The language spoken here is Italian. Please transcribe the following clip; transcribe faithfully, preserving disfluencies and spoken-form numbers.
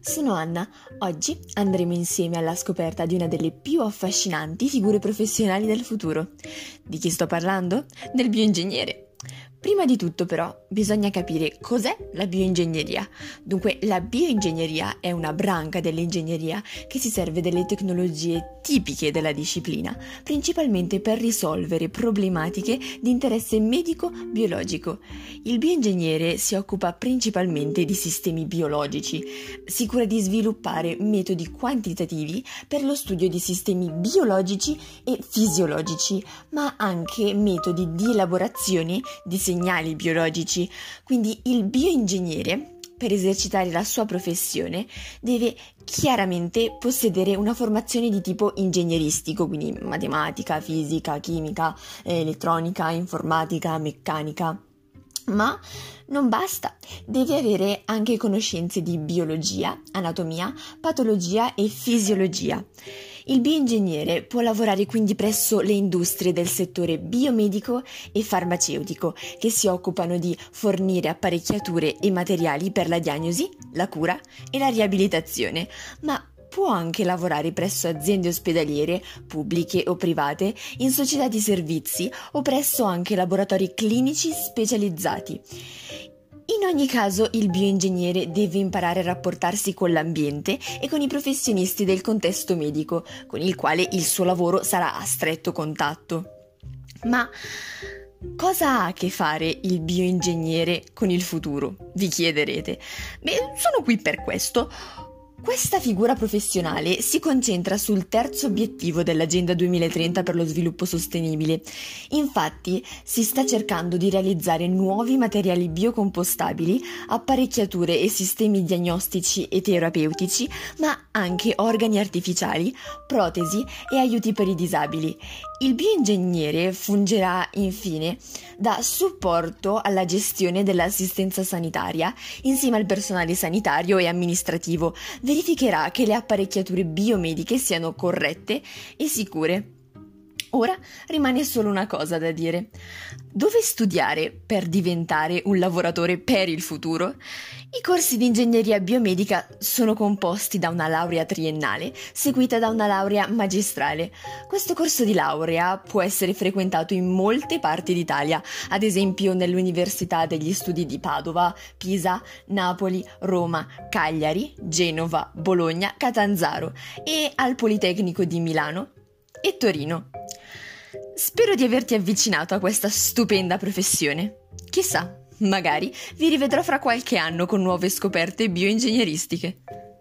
Sono Anna. Oggi andremo insieme alla scoperta di una delle più affascinanti figure professionali del futuro. Di chi sto parlando? Del bioingegnere. Prima di tutto però bisogna capire cos'è la bioingegneria. Dunque la bioingegneria è una branca dell'ingegneria che si serve delle tecnologie tipiche della disciplina, principalmente per risolvere problematiche di interesse medico-biologico. Il bioingegnere si occupa principalmente di sistemi biologici, si cura di sviluppare metodi quantitativi per lo studio di sistemi biologici e fisiologici, ma anche metodi di elaborazione di segnali biologici. Quindi il bioingegnere, per esercitare la sua professione, deve chiaramente possedere una formazione di tipo ingegneristico, quindi matematica, fisica, chimica, elettronica, informatica, meccanica. Ma non basta, deve avere anche conoscenze di biologia, anatomia, patologia e fisiologia. Il bioingegnere può lavorare quindi presso le industrie del settore biomedico e farmaceutico, che si occupano di fornire apparecchiature e materiali per la diagnosi, la cura e la riabilitazione, ma può anche lavorare presso aziende ospedaliere, pubbliche o private, in società di servizi o presso anche laboratori clinici specializzati. In ogni caso, il bioingegnere deve imparare a rapportarsi con l'ambiente e con i professionisti del contesto medico, con il quale il suo lavoro sarà a stretto contatto. Ma cosa ha a che fare il bioingegnere con il futuro? Vi chiederete. Beh, sono qui per questo. Questa figura professionale si concentra sul terzo obiettivo dell'Agenda duemilatrenta per lo sviluppo sostenibile. Infatti, si sta cercando di realizzare nuovi materiali biocompostabili, apparecchiature e sistemi diagnostici e terapeutici, ma anche organi artificiali, protesi e aiuti per i disabili. Il bioingegnere fungerà infine da supporto alla gestione dell'assistenza sanitaria insieme al personale sanitario e amministrativo. Verificherà che le apparecchiature biomediche siano corrette e sicure. Ora rimane solo una cosa da dire. Dove studiare per diventare un lavoratore per il futuro? I corsi di ingegneria biomedica sono composti da una laurea triennale, seguita da una laurea magistrale. Questo corso di laurea può essere frequentato in molte parti d'Italia, ad esempio nell'Università degli Studi di Padova, Pisa, Napoli, Roma, Cagliari, Genova, Bologna, Catanzaro e al Politecnico di Milano e Torino. Spero di averti avvicinato a questa stupenda professione. Chissà, magari vi rivedrò fra qualche anno con nuove scoperte bioingegneristiche.